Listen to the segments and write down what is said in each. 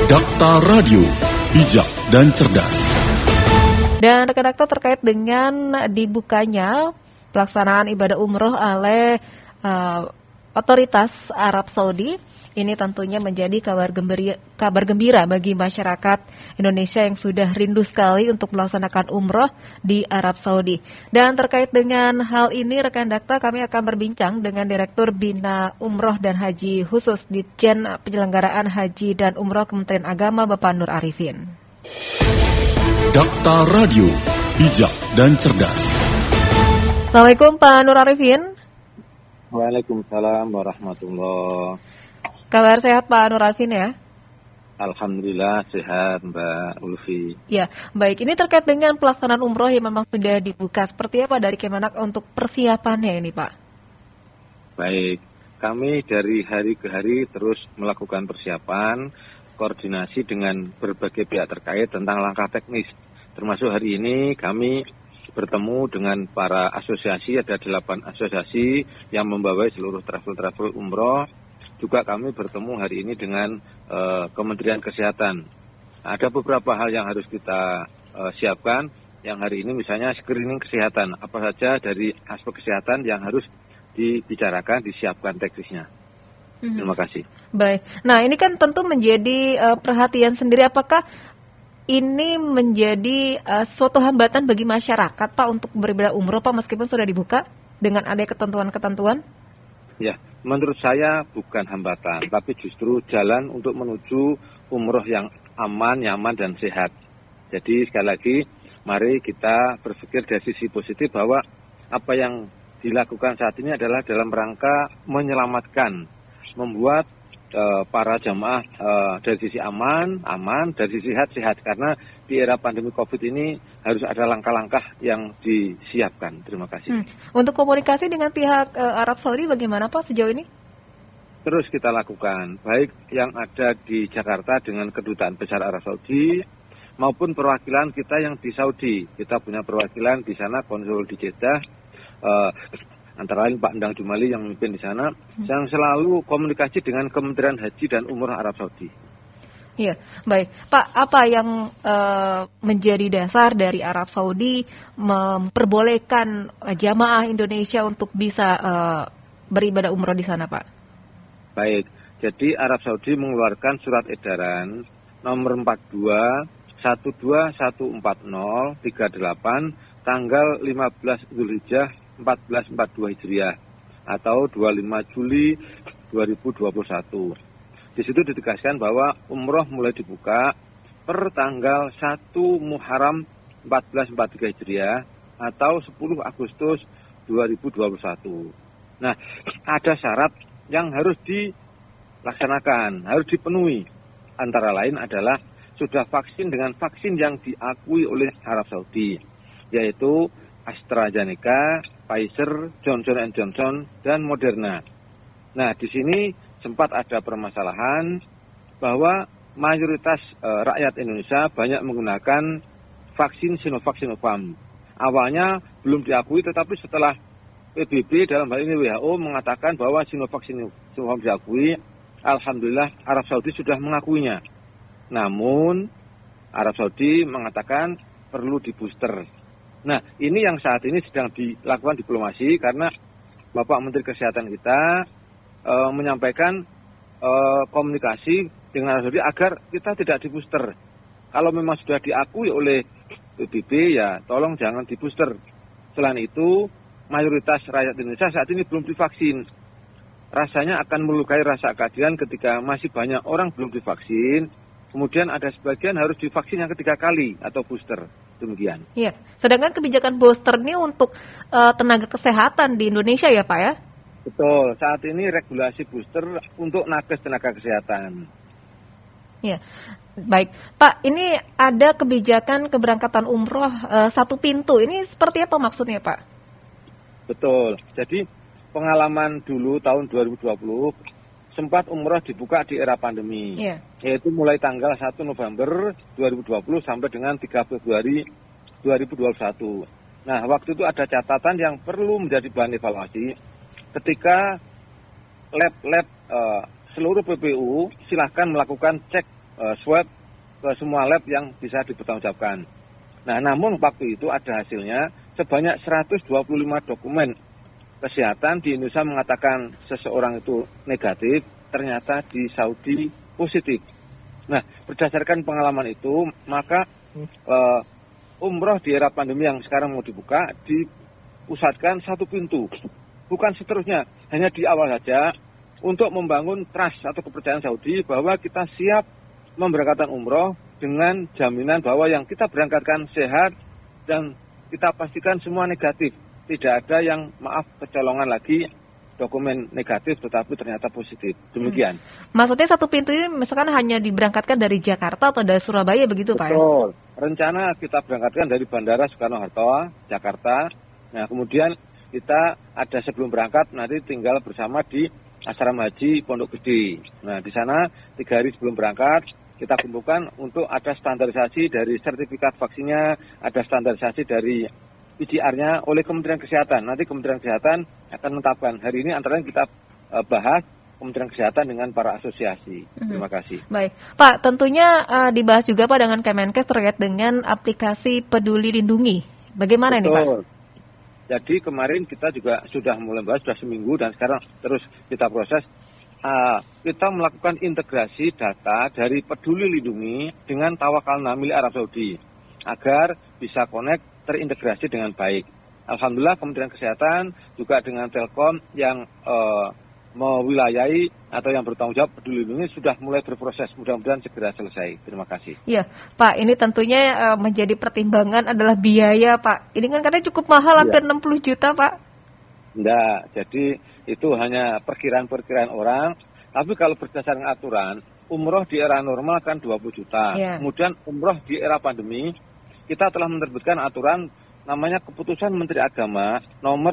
Dakta Radio, bijak dan cerdas. Dan rekan-rekan terkait dengan dibukanya pelaksanaan ibadah umroh oleh otoritas Arab Saudi, ini tentunya menjadi kabar gembira bagi masyarakat Indonesia yang sudah rindu sekali untuk melaksanakan umroh di Arab Saudi. Dan terkait dengan hal ini, rekan Dakta, kami akan berbincang dengan Direktur Bina Umroh dan Haji Khusus Ditjen Penyelenggaraan Haji dan Umroh Kementerian Agama, Bapak Nur Arifin. Dakta Radio, bijak dan cerdas. Assalamualaikum Pak Nur Arifin. Waalaikumsalam warahmatullahi. Kabar sehat Pak Nur Arifin ya? Alhamdulillah sehat Mbak Ulfi. Ya, baik. Ini terkait dengan pelaksanaan umroh yang memang sudah dibuka. Seperti apa dari Kemenak untuk persiapannya ini Pak? Baik, kami dari hari ke hari terus melakukan persiapan, koordinasi dengan berbagai pihak terkait tentang langkah teknis. Termasuk hari ini kami bertemu dengan para asosiasi, ada 8 asosiasi yang membawa seluruh travel umroh. Juga kami bertemu hari ini dengan Kementerian Kesehatan. Ada beberapa hal yang harus kita siapkan, yang hari ini misalnya screening kesehatan. Apa saja dari aspek kesehatan yang harus dibicarakan, disiapkan teknisnya. Terima kasih. Baik, nah ini kan tentu menjadi perhatian sendiri. Apakah ini menjadi suatu hambatan bagi masyarakat Pak untuk beribadah umroh Pak meskipun sudah dibuka dengan ada ketentuan-ketentuan? Ya, menurut saya bukan hambatan, tapi justru jalan untuk menuju umroh yang aman, nyaman, dan sehat. Jadi sekali lagi, mari kita berpikir dari sisi positif bahwa apa yang dilakukan saat ini adalah dalam rangka menyelamatkan, membuat para jamaah dari sisi aman, dari sisi sehat. Karena di era pandemi COVID ini harus ada langkah-langkah yang disiapkan. Terima kasih. Untuk komunikasi dengan pihak Arab Saudi bagaimana Pak sejauh ini? Terus kita lakukan, baik yang ada di Jakarta dengan Kedutaan Besar Arab Saudi, maupun perwakilan kita yang di Saudi. Kita punya perwakilan di sana, konsul di Jeddah, antara lain Pak Endang Jumali yang memimpin di sana, yang selalu komunikasi dengan Kementerian Haji dan Umroh Arab Saudi. Iya, baik. Pak, apa yang menjadi dasar dari Arab Saudi memperbolehkan jamaah Indonesia untuk bisa beribadah umroh di sana, Pak? Baik, jadi Arab Saudi mengeluarkan surat edaran nomor 42 12140 38 tanggal 15 Zulhijjah 1442 Hijriah atau 25 Juli 2021. Di situ ditegaskan bahwa umroh mulai dibuka per tanggal 1 Muharram 1443 Hijriah atau 10 Agustus 2021. Nah, ada syarat yang harus dilaksanakan, harus dipenuhi. Antara lain adalah sudah vaksin dengan vaksin yang diakui oleh Arab Saudi, yaitu AstraZeneca, Pfizer, Johnson & Johnson, dan Moderna. Nah, di sini sempat ada permasalahan bahwa mayoritas rakyat Indonesia banyak menggunakan vaksin Sinovac Sinopharm. Awalnya belum diakui, tetapi setelah PBB dalam hal ini WHO mengatakan bahwa Sinovac Sinopharm diakui, alhamdulillah Arab Saudi sudah mengakuinya. Namun Arab Saudi mengatakan perlu di-booster. Nah, ini yang saat ini sedang dilakukan diplomasi karena Bapak Menteri Kesehatan kita menyampaikan komunikasi dengan Arab Saudi agar kita tidak di-booster. Kalau memang sudah diakui oleh PBB, ya tolong jangan di-booster. Selain itu, mayoritas rakyat Indonesia saat ini belum divaksin. Rasanya akan melukai rasa keadilan ketika masih banyak orang belum divaksin, kemudian ada sebagian harus divaksin yang ketiga kali atau booster. Demikian. Iya, sedangkan kebijakan booster ini untuk tenaga kesehatan di Indonesia ya Pak ya? Betul, saat ini regulasi booster untuk nakes tenaga kesehatan. Iya, baik. Pak, ini ada kebijakan keberangkatan umroh satu pintu, ini seperti apa maksudnya Pak? Betul, jadi pengalaman dulu tahun 2020 sempat umroh dibuka di era pandemi, yaitu mulai tanggal 1 November 2020 sampai dengan 3 Februari 2021. Nah, waktu itu ada catatan yang perlu menjadi bahan evaluasi ketika lab-lab seluruh PPU silahkan melakukan cek swab ke semua lab yang bisa dipertanggungjawabkan. Nah, namun waktu itu ada hasilnya sebanyak 125 dokumen kesehatan di Indonesia mengatakan seseorang itu negatif, ternyata di Saudi positif. Nah, berdasarkan pengalaman itu, maka umroh di era pandemi yang sekarang mau dibuka, dipusatkan satu pintu. Bukan seterusnya, hanya di awal saja untuk membangun trust atau kepercayaan Saudi bahwa kita siap memberangkatkan umroh dengan jaminan bahwa yang kita berangkatkan sehat dan kita pastikan semua negatif. Tidak ada yang kecolongan lagi dokumen negatif tetapi ternyata positif. Demikian. Maksudnya satu pintu ini misalkan hanya diberangkatkan dari Jakarta atau dari Surabaya begitu Pak? Betul. Rencana kita berangkatkan dari Bandara Soekarno-Hatta, Jakarta. Nah, kemudian kita ada sebelum berangkat nanti tinggal bersama di Asrama Haji Pondok Gede. Nah, di sana 3 hari sebelum berangkat kita kumpulkan untuk ada standarisasi dari sertifikat vaksinnya, ada standarisasi dari PCR-nya oleh Kementerian Kesehatan. Nanti Kementerian Kesehatan akan menetapkan. Hari ini antara lain kita bahas Kementerian Kesehatan dengan para asosiasi. Terima kasih. Baik, Pak, tentunya dibahas juga Pak dengan Kemenkes terkait dengan aplikasi Peduli Lindungi. Bagaimana ini Pak? Jadi kemarin kita juga sudah mulai bahas, sudah seminggu dan sekarang terus kita proses. Kita melakukan integrasi data dari Peduli Lindungi dengan Tawakalna milik Arab Saudi agar bisa connect terintegrasi dengan baik. Alhamdulillah Kementerian Kesehatan juga dengan Telkom yang mewilayahi atau yang bertanggung jawab Peduli Lindungi sudah mulai berproses. Mudah-mudahan segera selesai. Terima kasih. Iya, Pak. Ini tentunya menjadi pertimbangan adalah biaya, Pak. Ini kan karena cukup mahal, hampir 60 juta, Pak. Enggak, jadi itu hanya perkiraan-perkiraan orang. Tapi kalau berdasarkan aturan, umroh di era normal kan 20 juta. Kemudian umroh di era pandemi, kita telah menerbitkan aturan namanya Keputusan Menteri Agama nomor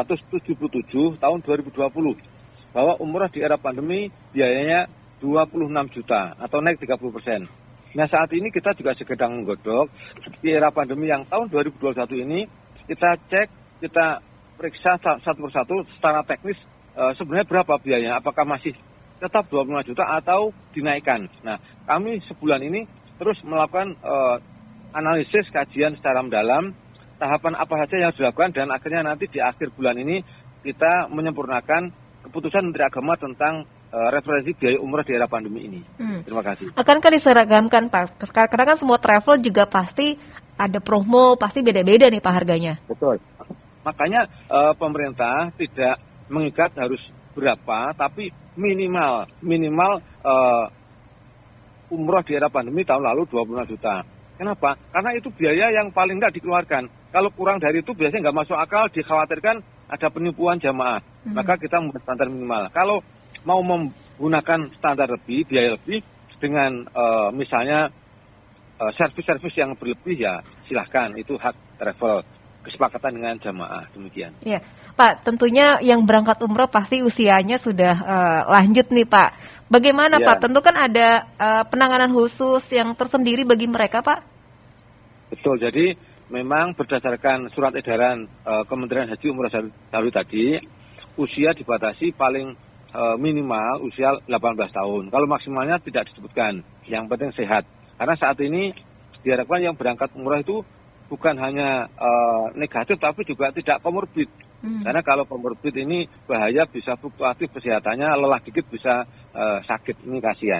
777 tahun 2020 bahwa umroh di era pandemi biayanya 26 juta atau naik 30%. Nah, saat ini kita juga sedang menggodok di era pandemi yang tahun 2021 ini kita cek, kita periksa satu persatu secara teknis sebenarnya berapa biayanya, apakah masih tetap 25 juta atau dinaikkan. Nah, kami sebulan ini terus melakukan analisis kajian secara mendalam, tahapan apa saja yang harus dilakukan, dan akhirnya nanti di akhir bulan ini kita menyempurnakan Keputusan Menteri Agama tentang referensi biaya umrah di era pandemi ini. Terima kasih. Akankah diseragamkan Pak? Karena kan semua travel juga pasti ada promo, pasti beda-beda nih Pak harganya. Betul. Makanya pemerintah tidak mengikat harus berapa, tapi minimal umrah di era pandemi tahun lalu 25 juta. Kenapa? Karena itu biaya yang paling tidak dikeluarkan. Kalau kurang dari itu biasanya nggak masuk akal, dikhawatirkan ada penipuan jamaah. Maka kita membuat standar minimal. Kalau mau menggunakan standar lebih, biaya lebih, dengan misalnya servis-servis yang berlebih, ya silahkan. Itu hak travel, kesepakatan dengan jamaah, demikian. Iya, Pak, tentunya yang berangkat umroh pasti usianya sudah lanjut nih Pak. Bagaimana Pak? Tentu kan ada penanganan khusus yang tersendiri bagi mereka Pak? Betul, jadi memang berdasarkan surat edaran Kementerian Haji Umroh Saudi tadi, usia dibatasi paling minimal usia 18 tahun. Kalau maksimalnya tidak disebutkan, yang penting sehat. Karena saat ini diharapkan yang berangkat umroh itu bukan hanya negatif, tapi juga tidak komorbid. Karena kalau komorbid ini bahaya, bisa fluktuatif kesehatannya, lelah dikit bisa sakit, ini kasihan.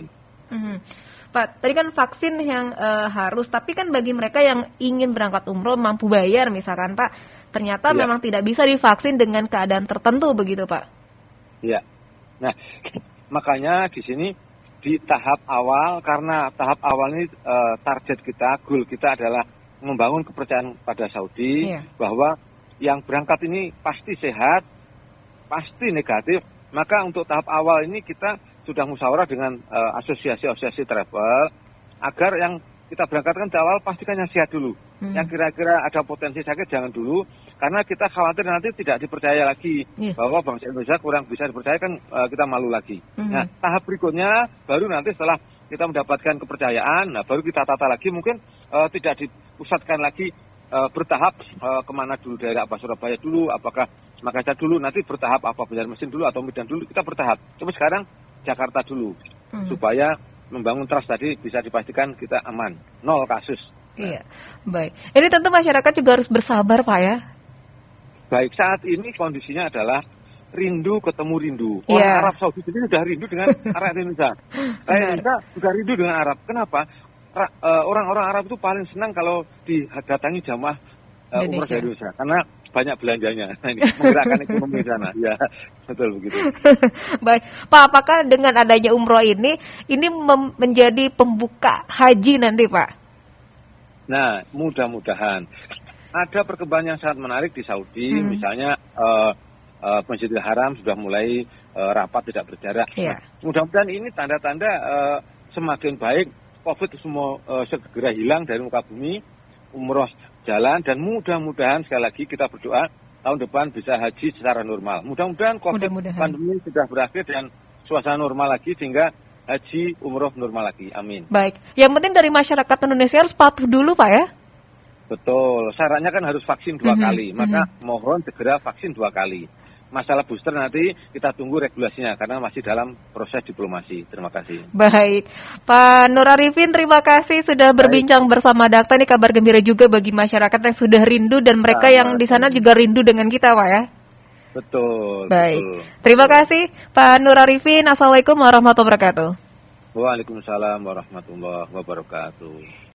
Pak, tadi kan vaksin yang harus, tapi kan bagi mereka yang ingin berangkat umroh mampu bayar misalkan Pak, ternyata memang tidak bisa divaksin dengan keadaan tertentu begitu Pak? Iya. Nah, makanya di sini di tahap awal, karena tahap awal ini target kita, goal kita adalah membangun kepercayaan pada Saudi bahwa yang berangkat ini pasti sehat, pasti negatif. Maka untuk tahap awal ini kita sudah musyawarah dengan asosiasi travel agar yang kita berangkatkan di awal pastikan yang sehat dulu. Yang kira-kira ada potensi sakit jangan dulu, karena kita khawatir nanti tidak dipercaya lagi bahwa bangsa Indonesia kurang bisa dipercaya, kan kita malu lagi. Nah, tahap berikutnya baru nanti setelah kita mendapatkan kepercayaan, nah baru kita tata lagi, mungkin tidak dipusatkan lagi bertahap kemana dulu, daerah apa, Surabaya dulu, apakah Makassar dulu, nanti bertahap apa, Banjarmasin dulu atau Medan dulu, kita bertahap. Tapi sekarang Jakarta dulu, supaya membangun trust tadi bisa dipastikan kita aman, 0 kasus. Iya, baik. Ini tentu masyarakat juga harus bersabar, Pak ya. Baik, saat ini kondisinya adalah rindu ketemu rindu. Orang Arab Saudi sendiri sudah rindu dengan Arab Indonesia. Indonesia juga rindu dengan Arab. Kenapa? Orang-orang Arab itu paling senang kalau didatangi jamaah umroh dari Indonesia, karena banyak belanjanya. Ini menggerakkan ekonomi di sana. Ya, betul begitu. Baik, Pak, apakah dengan adanya umroh ini menjadi pembuka haji nanti, Pak? Nah, mudah-mudahan ada perkembangan yang sangat menarik di Saudi, misalnya Masjidil Haram sudah mulai rapat tidak berjarak. Yeah. Mudah-mudahan ini tanda-tanda semakin baik, COVID semua segera hilang dari muka bumi, umroh jalan, dan mudah-mudahan sekali lagi kita berdoa tahun depan bisa haji secara normal. Mudah-mudahan COVID pandemi sudah berakhir dan suasana normal lagi sehingga haji umroh normal lagi. Amin. Baik. Yang penting dari masyarakat Indonesia harus patuh dulu, Pak ya? Betul. Syaratnya kan harus vaksin 2 kali. Maka mohon segera vaksin 2 kali. Masalah booster nanti kita tunggu regulasinya karena masih dalam proses diplomasi. Terima kasih. Baik, Pak Nur Arifin, terima kasih sudah berbincang bersama Dakta. Ini kabar gembira juga bagi masyarakat yang sudah rindu dan mereka yang di sana juga rindu dengan kita, Pak ya. Betul. Baik, betul. Terima kasih Pak Nur Arifin. Assalamualaikum warahmatullahi wabarakatuh. Waalaikumsalam warahmatullahi wabarakatuh.